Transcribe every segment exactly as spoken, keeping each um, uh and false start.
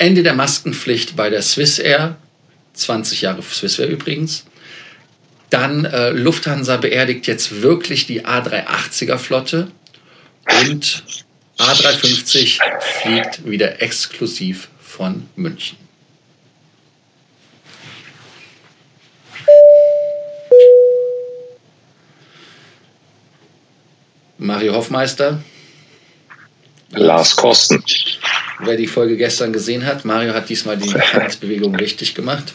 Ende der Maskenpflicht bei der Swissair, zwanzig Jahre Swissair übrigens. Dann äh, Lufthansa beerdigt jetzt wirklich die A drei achtziger Flotte und A drei fünfzig fliegt wieder exklusiv von München. Mario Hoffmeister. Lars Korsten. Wer die Folge gestern gesehen hat, Mario hat diesmal die Handbewegung richtig gemacht.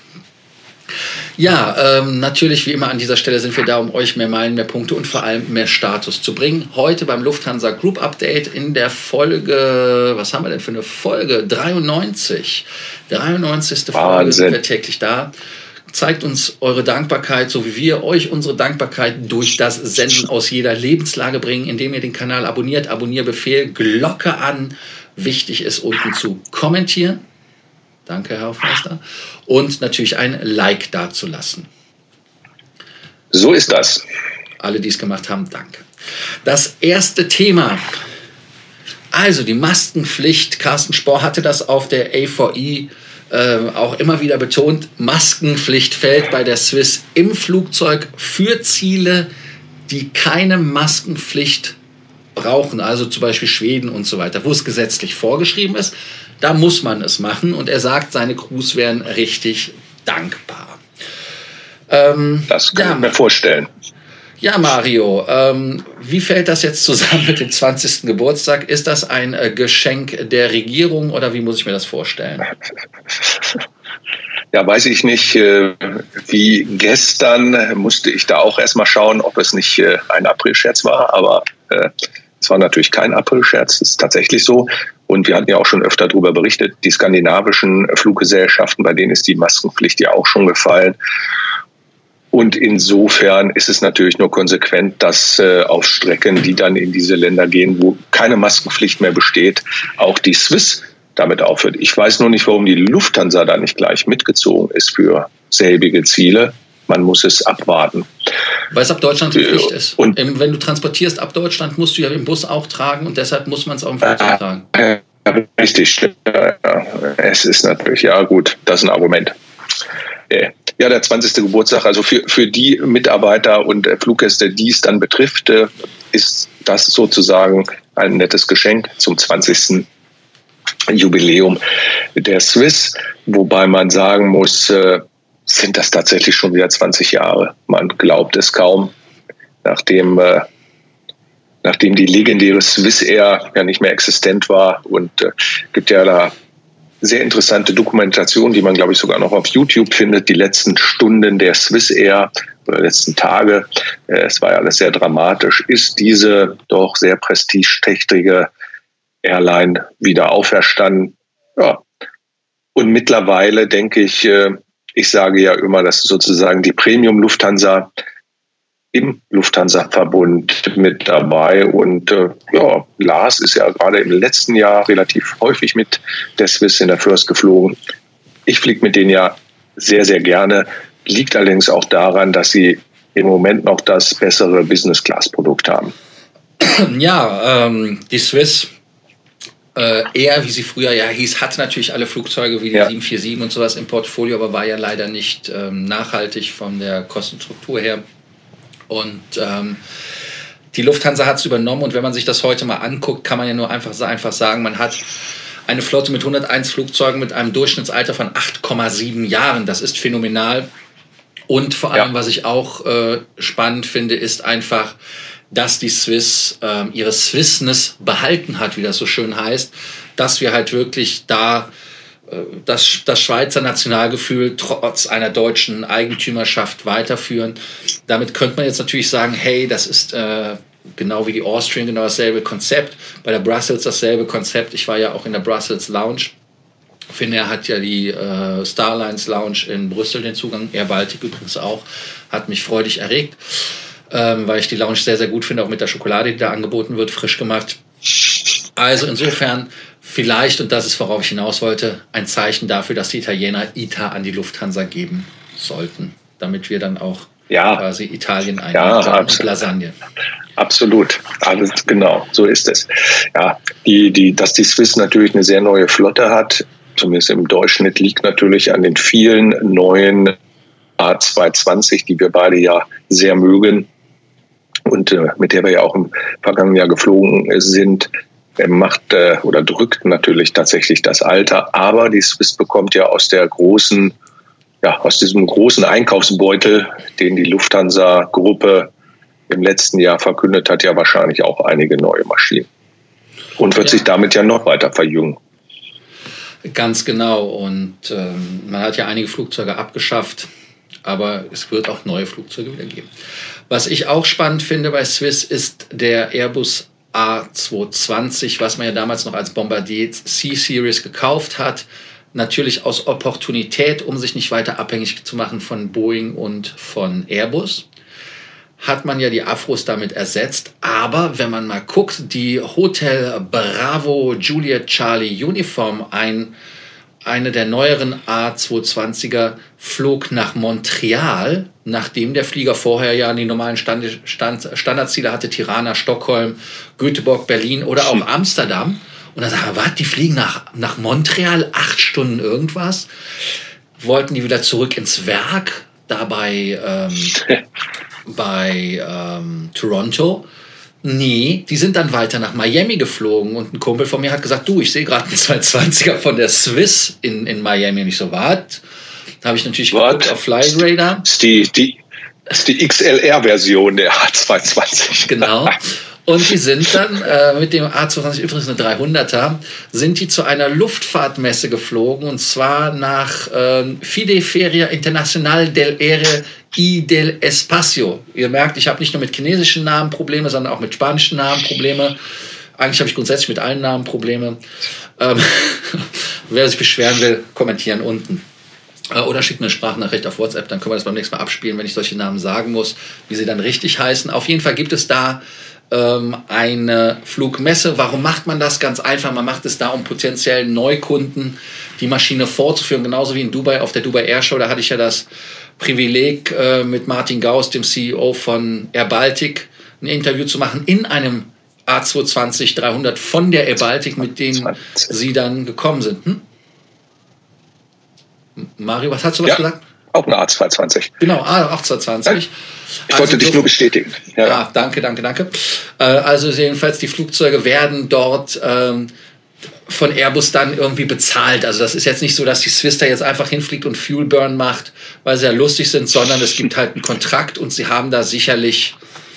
Ja, ähm, natürlich wie immer an dieser Stelle sind wir da, um euch mehr Meilen, mehr Punkte und vor allem mehr Status zu bringen. Heute beim Lufthansa Group Update in der Folge, was haben wir denn für eine Folge? dreiundneunzig. dreiundneunzigste Folge sind wir täglich da. Zeigt uns eure Dankbarkeit, so wie wir euch unsere Dankbarkeit durch das Senden aus jeder Lebenslage bringen, indem ihr den Kanal abonniert, Abonnierbefehl, Glocke an. Wichtig ist, unten zu kommentieren. Danke, Herr Hoffmeister. Und natürlich ein Like dazulassen. So ist das. Alle, die es gemacht haben, danke. Das erste Thema. Also die Maskenpflicht. Carsten Spohr hatte das auf der A V I äh, auch immer wieder betont. Maskenpflicht fällt bei der Swiss im Flugzeug für Ziele, die keine Maskenpflicht brauchen. Also zum Beispiel Schweden und so weiter, wo es gesetzlich vorgeschrieben ist. Da muss man es machen. Und er sagt, seine Crews wären richtig dankbar. Ähm, das kann ja, ich mir vorstellen. Ja, Mario, ähm, wie fällt das jetzt zusammen mit dem zwanzigsten Geburtstag? Ist das ein äh, Geschenk der Regierung oder wie muss ich mir das vorstellen? Ja, weiß ich nicht. Äh, wie gestern musste ich da auch erstmal schauen, ob es nicht äh, ein Aprilscherz war. Aber äh, es war natürlich kein Aprilscherz, das ist tatsächlich so. Und wir hatten ja auch schon öfter darüber berichtet, die skandinavischen Fluggesellschaften, bei denen ist die Maskenpflicht ja auch schon gefallen. Und insofern ist es natürlich nur konsequent, dass äh, auf Strecken, die dann in diese Länder gehen, wo keine Maskenpflicht mehr besteht, auch die Swiss damit aufhört. Ich weiß nur nicht, warum die Lufthansa da nicht gleich mitgezogen ist für selbige Ziele. Man muss es abwarten. Weil es ab Deutschland die Pflicht ist. Und wenn du transportierst ab Deutschland, musst du ja im Bus auch tragen und deshalb muss man es auch im Flugzeug tragen. Äh, richtig. Ja, es ist natürlich, ja gut, das ist ein Argument. Äh, ja, der zwanzigste Geburtstag, also für, für die Mitarbeiter und Fluggäste, die es dann betrifft, äh, ist das sozusagen ein nettes Geschenk zum zwanzigsten Jubiläum der Swiss, wobei man sagen muss, äh, sind das tatsächlich schon wieder zwanzig Jahre. Man glaubt es kaum, nachdem, äh, nachdem die legendäre Swissair ja nicht mehr existent war und äh, gibt ja da sehr interessante Dokumentation, die man, glaube ich, sogar noch auf YouTube findet, die letzten Stunden der Swissair oder letzten Tage. Äh, es war ja alles sehr dramatisch. Ist diese doch sehr prestigeträchtige Airline wieder auferstanden? Ja. Und mittlerweile denke ich, äh, ich sage ja immer, das ist sozusagen die Premium-Lufthansa im Lufthansa-Verbund mit dabei. Und äh, ja, Lars ist ja gerade im letzten Jahr relativ häufig mit der Swiss in der First geflogen. Ich fliege mit denen ja sehr, sehr gerne. Liegt allerdings auch daran, dass sie im Moment noch das bessere Business-Class-Produkt haben. Ja, ähm, die Swiss, äh, eher wie sie früher ja hieß, hatte natürlich alle Flugzeuge wie die ja. sieben vier sieben und sowas im Portfolio, aber war ja leider nicht ähm, nachhaltig von der Kostenstruktur her. Und ähm, die Lufthansa hat es übernommen und wenn man sich das heute mal anguckt, kann man ja nur einfach, einfach sagen, man hat eine Flotte mit hunderteins Flugzeugen mit einem Durchschnittsalter von acht Komma sieben Jahren. Das ist phänomenal. Und vor allem, ja. was ich auch äh, spannend finde, ist einfach, dass die Swiss äh, ihre Swissness behalten hat, wie das so schön heißt, dass wir halt wirklich da Das, das Schweizer Nationalgefühl trotz einer deutschen Eigentümerschaft weiterführen. Damit könnte man jetzt natürlich sagen, hey, das ist äh, genau wie die Austrian, genau dasselbe Konzept. Bei der Brussels dasselbe Konzept. Ich war ja auch in der Brussels Lounge. Finnair hat ja die äh, Starlines Lounge in Brüssel den Zugang. Air Baltic übrigens auch. Hat mich freudig erregt, ähm, weil ich die Lounge sehr, sehr gut finde, auch mit der Schokolade, die da angeboten wird, frisch gemacht. Also insofern vielleicht, und das ist, worauf ich hinaus wollte, ein Zeichen dafür, dass die Italiener I T A an die Lufthansa geben sollten, damit wir dann auch ja. quasi Italien einnehmen ja, und Lasagne. Absolut, alles genau, so ist es. Ja, die, die, dass die Swiss natürlich eine sehr neue Flotte hat, zumindest im Durchschnitt, liegt natürlich an den vielen neuen A zweihundertzwanzig, die wir beide ja sehr mögen und äh, mit der wir ja auch im vergangenen Jahr geflogen sind. Er macht äh, oder drückt natürlich tatsächlich das Alter, aber die Swiss bekommt ja aus der großen, ja, aus diesem großen Einkaufsbeutel, den die Lufthansa-Gruppe im letzten Jahr verkündet hat, ja wahrscheinlich auch einige neue Maschinen. Und wird ja. sich damit ja noch weiter verjüngen. Ganz genau. Und ähm, man hat ja einige Flugzeuge abgeschafft, aber es wird auch neue Flugzeuge wieder geben. Was ich auch spannend finde bei Swiss ist der Airbus A zweihundertzwanzig, was man ja damals noch als Bombardier C-Series gekauft hat. Natürlich aus Opportunität, um sich nicht weiter abhängig zu machen von Boeing und von Airbus. Hat man ja die Afros damit ersetzt. Aber wenn man mal guckt, die Hotel Bravo Juliet Charlie Uniform, ein, eine der neueren A zweihundertzwanziger, flog nach Montreal, nachdem der Flieger vorher ja die normalen Stand, Stand, Standardziele hatte, Tirana, Stockholm, Göteborg, Berlin oder auch Amsterdam. Und dann sagen wir, was, die fliegen nach, nach Montreal, acht Stunden irgendwas? Wollten die wieder zurück ins Werk, dabei ähm, bei ähm, Toronto? Nee, die sind dann weiter nach Miami geflogen und ein Kumpel von mir hat gesagt, du, ich sehe gerade einen zweihundertzwanziger von der Swiss in, in Miami. Und ich so, was? Da habe ich natürlich What? geguckt auf Flightradar. Das ist die, die, das ist die X L R-Version der A zweihundertzwanzig. Genau. Und die sind dann äh, mit dem A zweihundertzwanzig, übrigens eine dreihunderter, sind die zu einer Luftfahrtmesse geflogen, und zwar nach äh, Fide Feria Internacional del Aire y del Espacio. Ihr merkt, ich habe nicht nur mit chinesischen Namen Probleme, sondern auch mit spanischen Namen Probleme. Eigentlich habe ich grundsätzlich mit allen Namen Probleme. Ähm, wer sich beschweren will, kommentieren unten. Äh, oder schickt mir eine Sprachnachricht auf WhatsApp, dann können wir das beim nächsten Mal abspielen, wenn ich solche Namen sagen muss, wie sie dann richtig heißen. Auf jeden Fall gibt es da eine Flugmesse. Warum macht man das? Ganz einfach, man macht es da, um potenziellen Neukunden die Maschine vorzuführen, genauso wie in Dubai auf der Dubai Air Show. Da hatte ich ja das Privileg, mit Martin Gauss, dem C E O von Air Baltic, ein Interview zu machen in einem A zweihundertzwanzig dreihundert von der Air Baltic, mit denen sie dann gekommen sind. Hm? Mario, was hast du was ja. gesagt? Auch eine A zweihundertzwanzig. Genau, A zweihundertzwanzig. Ich wollte also dich nur bestätigen. Ja. ja, danke, danke, danke. Also jedenfalls, die Flugzeuge werden dort ähm, von Airbus dann irgendwie bezahlt. Also das ist jetzt nicht so, dass die Swiss da jetzt einfach hinfliegt und Fuel Burn macht, weil sie ja lustig sind, sondern es gibt halt einen Kontrakt und sie haben da sicherlich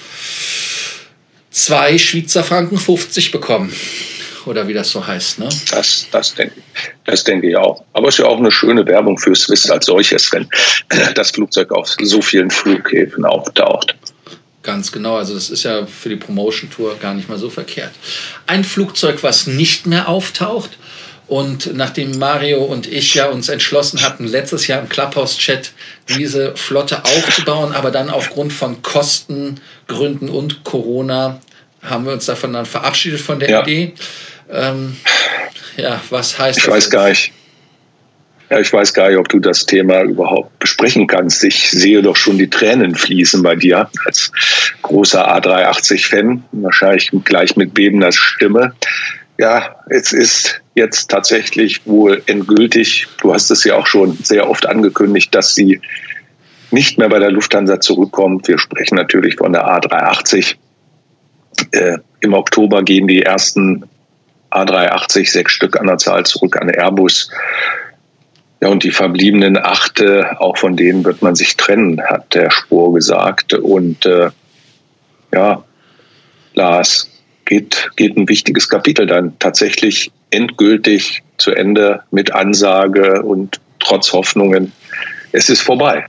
zwei Schweizer Franken fünfzig bekommen. Oder wie das so heißt, ne? Das, das, denke, das denke ich auch. Aber es ist ja auch eine schöne Werbung für Swiss als solches, wenn das Flugzeug auf so vielen Flughäfen auftaucht. Ganz genau, also das ist ja für die Promotion-Tour gar nicht mal so verkehrt. Ein Flugzeug, was nicht mehr auftaucht, und nachdem Mario und ich ja uns entschlossen hatten, letztes Jahr im Clubhouse-Chat diese Flotte aufzubauen, aber dann aufgrund von Kostengründen und Corona haben wir uns davon dann verabschiedet von der ja. Idee. Ähm, ja, was heißt ich das? Ich weiß gar nicht. Ja, ich weiß gar nicht, ob du das Thema überhaupt besprechen kannst. Ich sehe doch schon die Tränen fließen bei dir als großer A dreihundertachtzig-Fan. Wahrscheinlich gleich mit bebender Stimme. Ja, es ist jetzt tatsächlich wohl endgültig. Du hast es ja auch schon sehr oft angekündigt, dass sie nicht mehr bei der Lufthansa zurückkommt. Wir sprechen natürlich von der A dreihundertachtzig. Äh, Im Oktober gehen die ersten A dreihundertachtzig, sechs Stück an der Zahl, zurück an Airbus. Ja, und die verbliebenen acht, auch von denen wird man sich trennen, hat der Spohr gesagt. Und äh, ja, Lars, geht, geht ein wichtiges Kapitel dann tatsächlich endgültig zu Ende mit Ansage und trotz Hoffnungen. Es ist vorbei.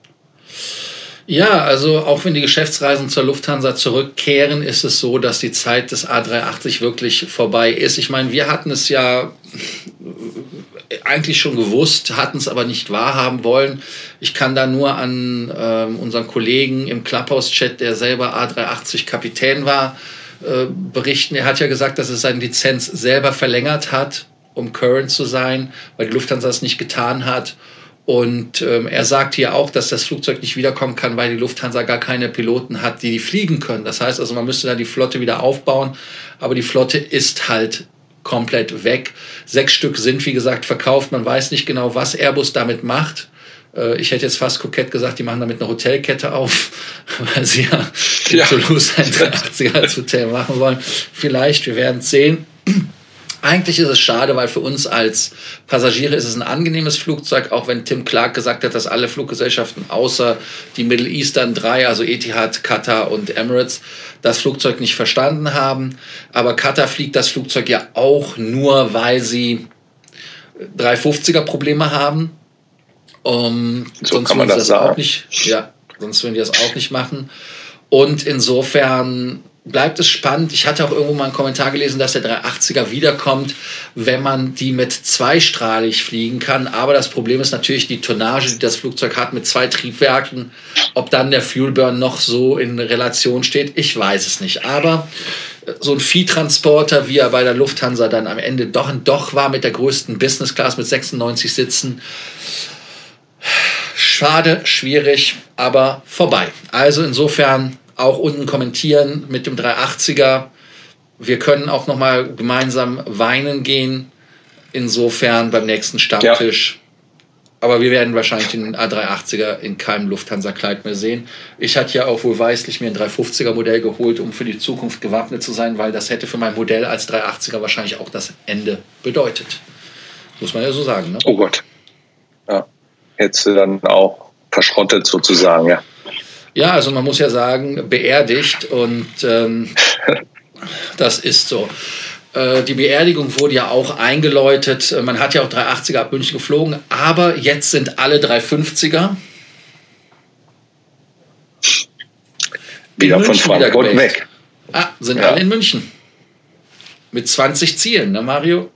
Ja, also auch wenn die Geschäftsreisen zur Lufthansa zurückkehren, ist es so, dass die Zeit des A dreihundertachtzig wirklich vorbei ist. Ich meine, wir hatten es ja eigentlich schon gewusst, hatten es aber nicht wahrhaben wollen. Ich kann da nur an äh, unseren Kollegen im Clubhouse-Chat, der selber A dreihundertachtzig Kapitän war, äh, berichten. Er hat ja gesagt, dass er seine Lizenz selber verlängert hat, um Current zu sein, weil die Lufthansa es nicht getan hat. Und ähm, er sagt hier auch, dass das Flugzeug nicht wiederkommen kann, weil die Lufthansa gar keine Piloten hat, die, die fliegen können. Das heißt also, man müsste da die Flotte wieder aufbauen. Aber die Flotte ist halt komplett weg. Sechs Stück sind, wie gesagt, verkauft. Man weiß nicht genau, was Airbus damit macht. Ich hätte jetzt fast kokett gesagt, die machen damit eine Hotelkette auf, weil sie ja, ja. in Toulouse ein dreiachtziger als Hotel machen wollen. Vielleicht, wir werden es sehen. Eigentlich ist es schade, weil für uns als Passagiere ist es ein angenehmes Flugzeug, auch wenn Tim Clark gesagt hat, dass alle Fluggesellschaften außer die Middle Eastern drei, also Etihad, Qatar und Emirates, das Flugzeug nicht verstanden haben. Aber Qatar fliegt das Flugzeug ja auch nur, weil sie dreihundertfünfziger Probleme haben. Um, so sonst kann man würden das sie das sagen. auch nicht, ja, sonst würden die das auch nicht machen. Und insofern bleibt es spannend. Ich hatte auch irgendwo mal einen Kommentar gelesen, dass der dreihundertachtziger wiederkommt, wenn man die mit zweistrahlig fliegen kann. Aber das Problem ist natürlich die Tonnage, die das Flugzeug hat mit zwei Triebwerken. Ob dann der Fuel Burn noch so in Relation steht, ich weiß es nicht. Aber so ein Viehtransporter, wie er bei der Lufthansa dann am Ende doch, doch war mit der größten Business Class mit sechsundneunzig Sitzen, schade, schwierig, aber vorbei. Also insofern auch unten kommentieren mit dem dreihundertachtziger. Wir können auch noch mal gemeinsam weinen gehen. Insofern beim nächsten Stammtisch. Ja. Aber wir werden wahrscheinlich den A dreihundertachtziger in keinem Lufthansa-Kleid mehr sehen. Ich hatte ja auch wohlweislich mir ein dreihundertfünfziger Modell geholt, um für die Zukunft gewappnet zu sein, weil das hätte für mein Modell als dreihundertachtziger wahrscheinlich auch das Ende bedeutet. Muss man ja so sagen, ne? Oh Gott. Ja. Hättest du dann auch verschrottet sozusagen, ja. Ja, also man muss ja sagen, beerdigt und ähm, das ist so. Äh, die Beerdigung wurde ja auch eingeläutet. Man hat ja auch dreihundertachtziger ab München geflogen, aber jetzt sind alle dreihundertfünfziger wieder von Frankfurt wieder weg. Ah, sind ja. alle in München. Mit zwanzig Zielen, ne Mario?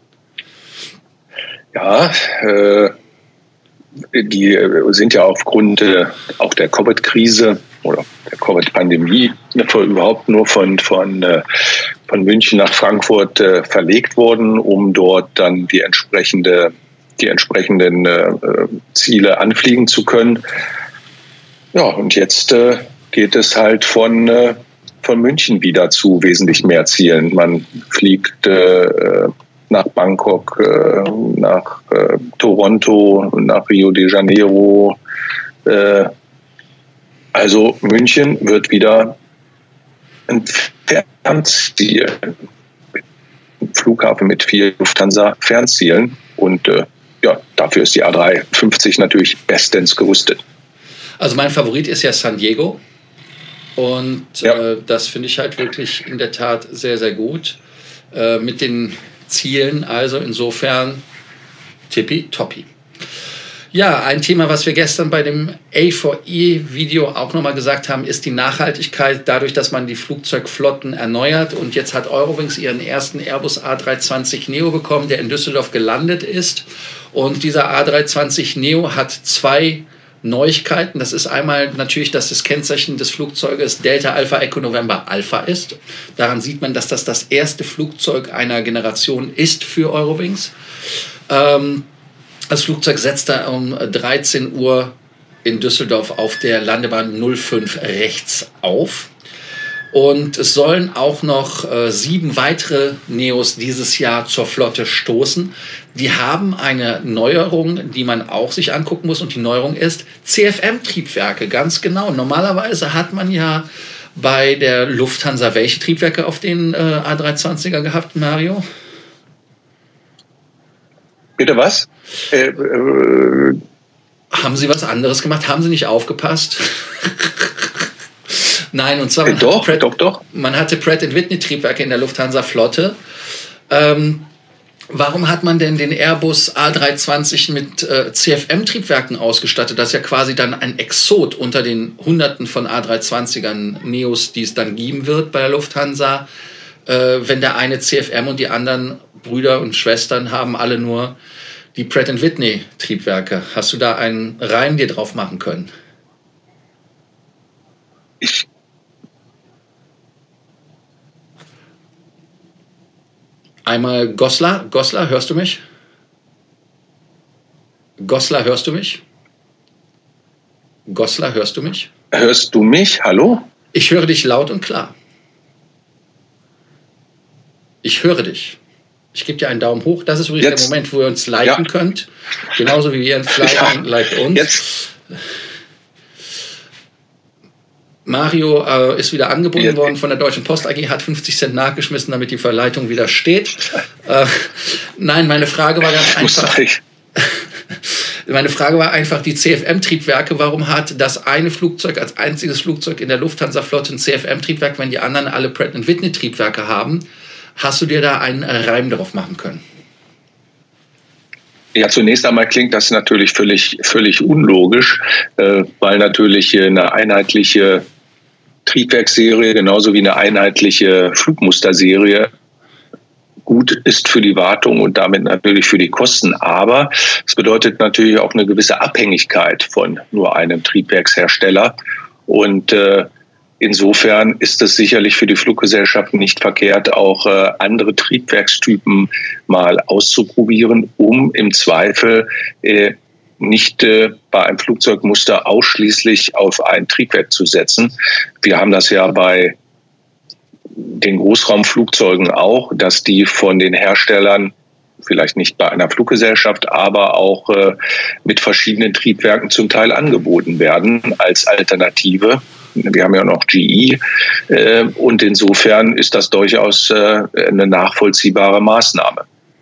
Ja, äh, die sind ja aufgrund äh, auch der Covid-Krise oder der Covid-Pandemie überhaupt nur von, von, äh, von München nach Frankfurt äh, verlegt worden, um dort dann die, entsprechende, die entsprechenden äh, Ziele anfliegen zu können. Ja, und jetzt äh, geht es halt von, äh, von München wieder zu wesentlich mehr Zielen. Man fliegt äh, nach Bangkok, äh, nach äh, Toronto, nach Rio de Janeiro. Äh, also München wird wieder ein Fernziel. Ein Flughafen mit vier Lufthansa-Fernzielen. Und äh, ja, dafür ist die A dreihundertfünfzig natürlich bestens gerüstet. Also mein Favorit ist ja San Diego. Und ja. äh, das finde ich halt wirklich in der Tat sehr, sehr gut. Äh, mit den Zielen, also insofern tippitoppi. Ja, ein Thema, was wir gestern bei dem A vier E-Video auch nochmal gesagt haben, ist die Nachhaltigkeit, dadurch, dass man die Flugzeugflotten erneuert. Und jetzt hat Eurowings ihren ersten Airbus A dreihundertzwanzig Neo bekommen, der in Düsseldorf gelandet ist. Und dieser A dreihundertzwanzig Neo hat zwei Neuigkeiten. Das ist einmal natürlich, dass das Kennzeichen des Flugzeuges Delta Alpha Echo November Alpha ist. Daran sieht man, dass das das erste Flugzeug einer Generation ist für Eurowings. Ähm, das Flugzeug setzt da um dreizehn Uhr in Düsseldorf auf der Landebahn null fünf rechts auf. Und es sollen auch noch äh, sieben weitere Neos dieses Jahr zur Flotte stoßen. Die haben eine Neuerung, die man auch sich angucken muss. Und die Neuerung ist C F M-Triebwerke, ganz genau. Normalerweise hat man ja bei der Lufthansa welche Triebwerke auf den äh, A dreihundertzwanziger gehabt, Mario? Bitte was? Äh, äh, Haben Sie was anderes gemacht? Haben Sie nicht aufgepasst? Nein, und zwar äh, doch, Pratt, doch, doch. Man hatte Pratt and Whitney Triebwerke in der Lufthansa-Flotte. Ähm, warum hat man denn den Airbus A dreihundertzwanzig mit äh, C F M-Triebwerken ausgestattet? Das ist ja quasi dann ein Exot unter den Hunderten von A dreihundertzwanzigern Neos, die es dann geben wird bei der Lufthansa. Äh, wenn der eine C F M und die anderen Brüder und Schwestern haben alle nur die Pratt and Whitney Triebwerke. Hast du da einen Reim dir drauf machen können? Ich Einmal Goslar. Goslar, hörst du mich? Goslar, hörst du mich? Goslar, hörst du mich? Hörst du mich? Hallo? Ich höre dich laut und klar. Ich höre dich. Ich gebe dir einen Daumen hoch. Das ist übrigens Jetzt. der Moment, wo ihr uns liken ja. könnt. Genauso wie ihr uns liken, ja. liked uns. Jetzt. Mario äh, ist wieder angebunden Jetzt. worden von der Deutschen Post A G, hat fünfzig Cent nachgeschmissen, damit die Verleitung wieder steht. äh, nein, meine Frage war ganz einfach. Meine Frage war einfach, die C F M-Triebwerke, warum hat das eine Flugzeug als einziges Flugzeug in der Lufthansa-Flotte ein C F M-Triebwerk, wenn die anderen alle Pratt and Whitney-Triebwerke haben? Hast du dir da einen Reim drauf machen können? Ja, zunächst einmal klingt das natürlich völlig, völlig unlogisch, äh, weil natürlich eine einheitliche Triebwerksserie genauso wie eine einheitliche Flugmusterserie gut ist für die Wartung und damit natürlich für die Kosten. Aber es bedeutet natürlich auch eine gewisse Abhängigkeit von nur einem Triebwerkshersteller. Und äh, insofern ist es sicherlich für die Fluggesellschaften nicht verkehrt, auch äh, andere Triebwerkstypen mal auszuprobieren, um im Zweifel äh, nicht äh, bei einem Flugzeugmuster ausschließlich auf ein Triebwerk zu setzen. Wir haben das ja bei den Großraumflugzeugen auch, dass die von den Herstellern, vielleicht nicht bei einer Fluggesellschaft, aber auch äh, mit verschiedenen Triebwerken zum Teil angeboten werden als Alternative. Wir haben ja noch G E äh, und insofern ist das durchaus äh, eine nachvollziehbare Maßnahme.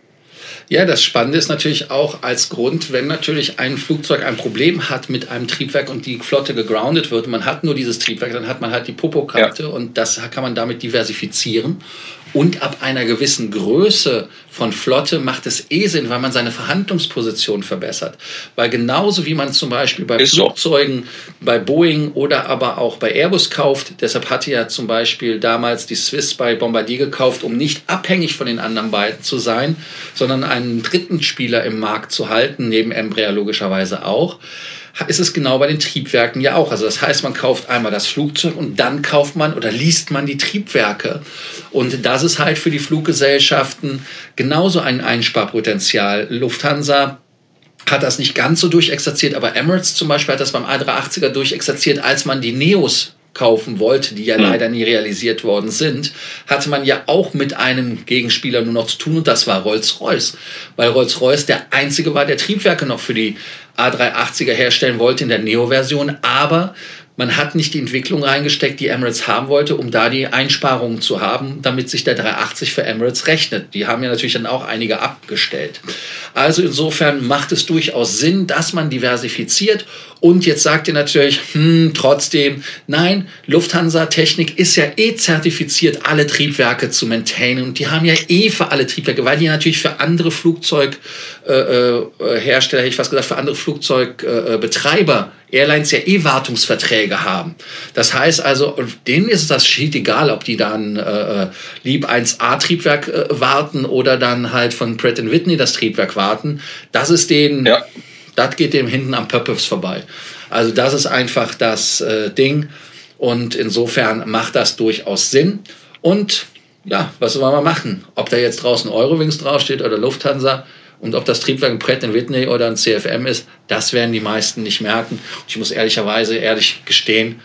Ja, das Spannende ist natürlich auch als Grund, wenn natürlich ein Flugzeug ein Problem hat mit einem Triebwerk und die Flotte gegroundet wird und man hat nur dieses Triebwerk, dann hat man halt die Popo-Karte ja. und das kann man damit diversifizieren. Und ab einer gewissen Größe von Flotte macht es eh Sinn, weil man seine Verhandlungsposition verbessert. Weil genauso wie man zum Beispiel bei Ist Flugzeugen, so. bei Boeing oder aber auch bei Airbus kauft, deshalb hatte ja zum Beispiel damals die Swiss bei Bombardier gekauft, um nicht abhängig von den anderen beiden zu sein, sondern einen dritten Spieler im Markt zu halten, neben Embraer logischerweise auch. Ist es genau bei den Triebwerken ja auch. Also das heißt, man kauft einmal das Flugzeug und dann kauft man oder liest man die Triebwerke. Und das ist halt für die Fluggesellschaften genauso ein Einsparpotenzial. Lufthansa hat das nicht ganz so durchexerziert, aber Emirates zum Beispiel hat das beim A drei achtziger durchexerziert, als man die Neos kaufen wollte, die ja mhm. leider nie realisiert worden sind, hatte man ja auch mit einem Gegenspieler nur noch zu tun und das war Rolls-Royce. Weil Rolls-Royce der einzige war, der Triebwerke noch für die A drei achtziger herstellen wollte in der Neo-Version, aber man hat nicht die Entwicklung reingesteckt, die Emirates haben wollte, um da die Einsparungen zu haben, damit sich der dreihundertachtzig für Emirates rechnet. Die haben ja natürlich dann auch einige abgestellt. Also insofern macht es durchaus Sinn, dass man diversifiziert. Und jetzt sagt ihr natürlich, hm, trotzdem, nein, Lufthansa-Technik ist ja eh zertifiziert, alle Triebwerke zu maintainen. Und die haben ja eh für alle Triebwerke, weil die natürlich für andere Flugzeughersteller, äh, hätte ich fast gesagt, für andere Flugzeugbetreiber, äh, Airlines ja eh Wartungsverträge haben. Das heißt also, denen ist das schied egal, ob die dann äh, lieb eins A Triebwerk äh, warten oder dann halt von Pratt and Whitney das Triebwerk warten. Das ist denen... Ja. Das geht dem hinten am Pöppels vorbei. Also das ist einfach das äh, Ding. Und insofern macht das durchaus Sinn. Und ja, was wollen wir machen? Ob da jetzt draußen Eurowings draufsteht oder Lufthansa und ob das Triebwerk ein Pratt and Whitney oder ein C F M ist, das werden die meisten nicht merken. Ich muss ehrlicherweise ehrlich gestehen,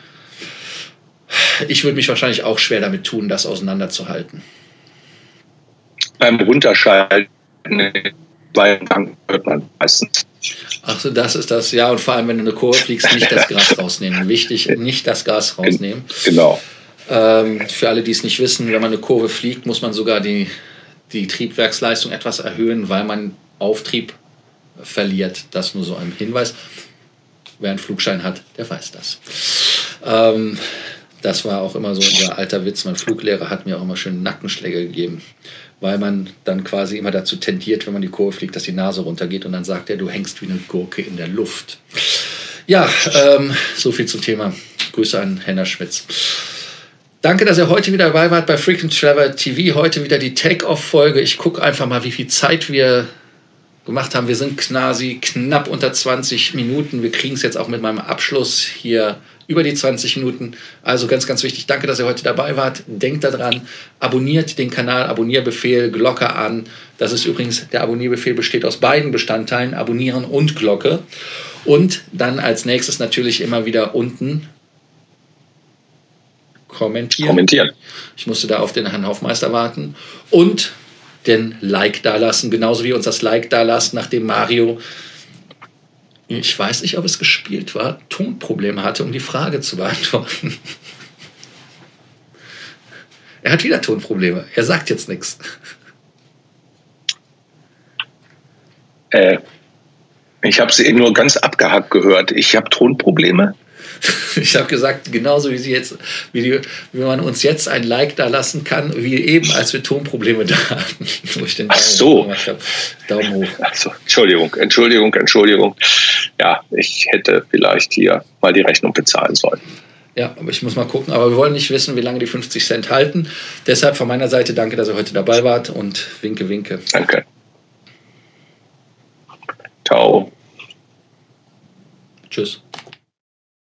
ich würde mich wahrscheinlich auch schwer damit tun, das auseinanderzuhalten. Beim Runterschalten bei Banken hört man meistens. Ach so, das ist das. Ja, und vor allem, wenn du eine Kurve fliegst, nicht das Gas rausnehmen. Wichtig, nicht das Gas rausnehmen. Genau. Ähm, für alle, die es nicht wissen, wenn man eine Kurve fliegt, muss man sogar die, die Triebwerksleistung etwas erhöhen, weil man Auftrieb verliert. Das nur so ein Hinweis. Wer einen Flugschein hat, der weiß das. Ähm, das war auch immer so unser alter Witz. Mein Fluglehrer hat mir auch immer schön Nackenschläge gegeben, weil man dann quasi immer dazu tendiert, wenn man die Kurve fliegt, dass die Nase runtergeht und dann sagt er, du hängst wie eine Gurke in der Luft. Ja, ähm, so viel zum Thema. Grüße an Henner Schmitz. Danke, dass ihr heute wieder dabei wart bei Frequent Traveler T V. Heute wieder die Take-Off-Folge. Ich gucke einfach mal, wie viel Zeit wir gemacht haben. Wir sind quasi knapp unter zwanzig Minuten. Wir kriegen es jetzt auch mit meinem Abschluss hier über die zwanzig Minuten. Also ganz, ganz wichtig. Danke, dass ihr heute dabei wart. Denkt daran, abonniert den Kanal, Abonnierbefehl, Glocke an. Das ist übrigens, der Abonnierbefehl besteht aus beiden Bestandteilen, Abonnieren und Glocke. Und dann als nächstes natürlich immer wieder unten kommentieren. Kommentieren. Ich musste da auf den Herrn Hofmeister warten. Und den Like dalassen, genauso wie uns das Like dalasst, nachdem Mario, ich weiß nicht, ob es gespielt war, Tonprobleme hatte, um die Frage zu beantworten. Er hat wieder Tonprobleme. Er sagt jetzt nichts. Äh, ich habe sie nur ganz abgehackt gehört. Ich habe Tonprobleme. Ich habe gesagt, genauso wie sie jetzt, wie, die, wie man uns jetzt ein Like da lassen kann, wie eben, als wir Tonprobleme da hatten. Wo ich den Daumen Ach so. Hab. Daumen hoch. Ach so. Entschuldigung, Entschuldigung, Entschuldigung. Ja, ich hätte vielleicht hier mal die Rechnung bezahlen sollen. Ja, aber ich muss mal gucken. Aber wir wollen nicht wissen, wie lange die fünfzig Cent halten. Deshalb von meiner Seite danke, dass ihr heute dabei wart und winke, winke. Danke. Ciao. Tschüss.